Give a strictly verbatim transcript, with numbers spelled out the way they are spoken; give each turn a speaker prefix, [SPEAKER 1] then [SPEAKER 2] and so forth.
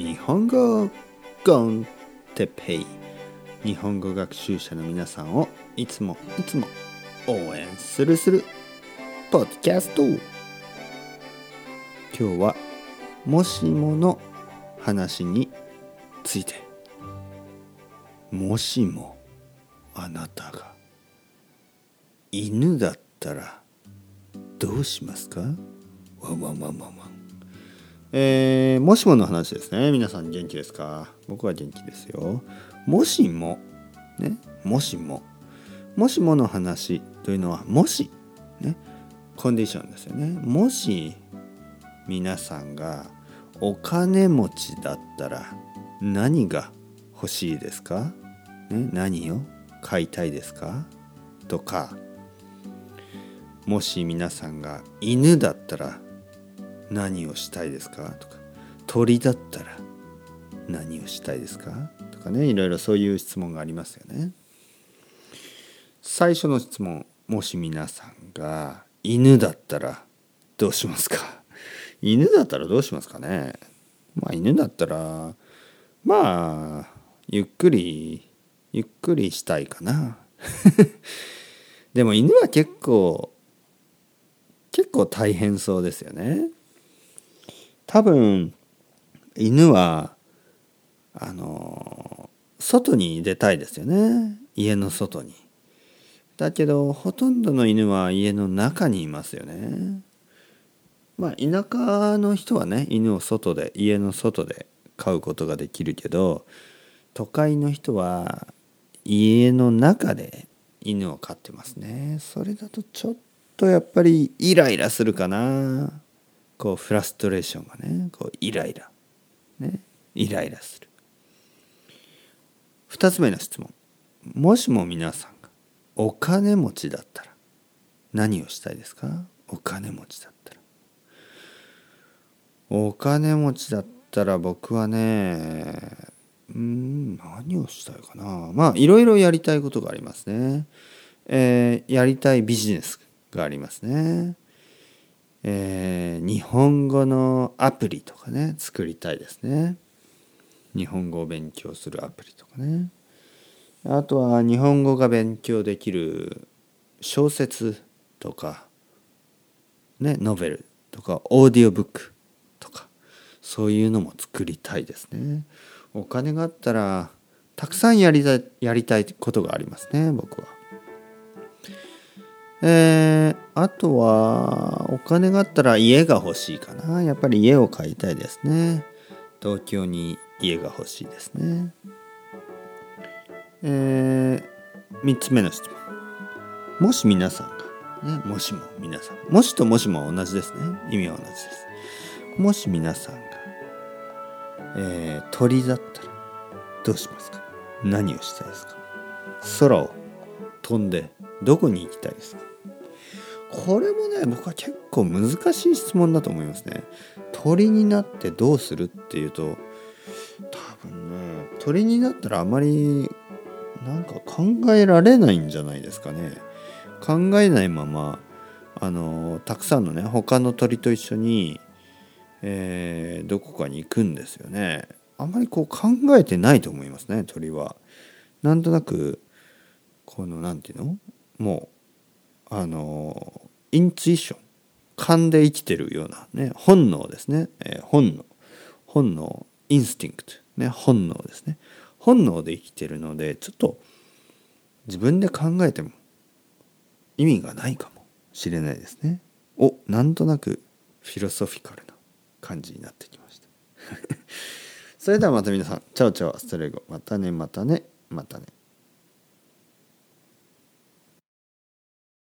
[SPEAKER 1] 日本語コンテペイ。日本語学習者の皆さんをいつもいつも応援するするポッドキャスト。今日はもしもの話について。もしもあなたが犬だったらどうしますか？わんわんわんわんわん。えー、もしもの話ですね。皆さん元気ですか？僕は元気ですよ。もしもね、もしももしもの話というのはもしね、コンディションですよね。もし皆さんがお金持ちだったら何が欲しいですか？ね、何を買いたいですか？とか、もし皆さんが犬だったら何をしたいですか？とか、鳥だったら何をしたいですか？とかね、いろいろそういう質問がありますよね。最初の質問、もし皆さんが犬だったらどうしますか？犬だったらどうしますかね。まあ犬だったらまあゆっくりゆっくりしたいかな。でも犬は結構結構大変そうですよね。多分犬はあの外に出たいですよね。家の外に。だけどほとんどの犬は家の中にいますよね。まあ田舎の人はね、犬を外で家の外で飼うことができるけど、都会の人は家の中で犬を飼ってますね。それだとちょっとやっぱりイライラするかな。こうフラストレーションがね、こうイライラね、イライラする。二つ目の質問。もしも皆さんがお金持ちだったら何をしたいですか？お金持ちだったら。お金持ちだったら僕はね、うーん、何をしたいかな。まあいろいろやりたいことがありますね。えー、やりたいビジネスがありますね。えー、日本語のアプリとかね、作りたいですね。日本語を勉強するアプリとかね。あとは日本語が勉強できる小説とかね、ノベルとかオーディオブックとか、そういうのも作りたいですね。お金があったらたくさんやりたい、やりたいことがありますね、僕は。えー、あとはお金があったら家が欲しいかな。やっぱり家を買いたいですね。東京に家が欲しいですね。えー、みっつめの質問。もし皆さんが、ね、もしも皆さん、もしともしもは同じですね。意味は同じです。もし皆さんが、えー、鳥だったらどうしますか？何をしたいですか？空を飛んでどこに行きたいですか？これもね、僕は結構難しい質問だと思いますね。鳥になってどうするっていうと、多分ね、鳥になったらあまりなんか考えられないんじゃないですかね。考えないままあのたくさんのね他の鳥と一緒に、えー、どこかに行くんですよね。あんまりこう考えてないと思いますね、鳥は。なんとなくこのなんていうの、もうあのインツイション、勘で生きてるようなね、本能ですね、えー、本能本能インスティンクトね、本能ですね。本能で生きてるので、ちょっと自分で考えても意味がないかもしれないですね。お、なんとなくフィロソフィカルな感じになってきました。それではまた皆さん、チャオチャオ、アストレゴ、またねまたねまたね。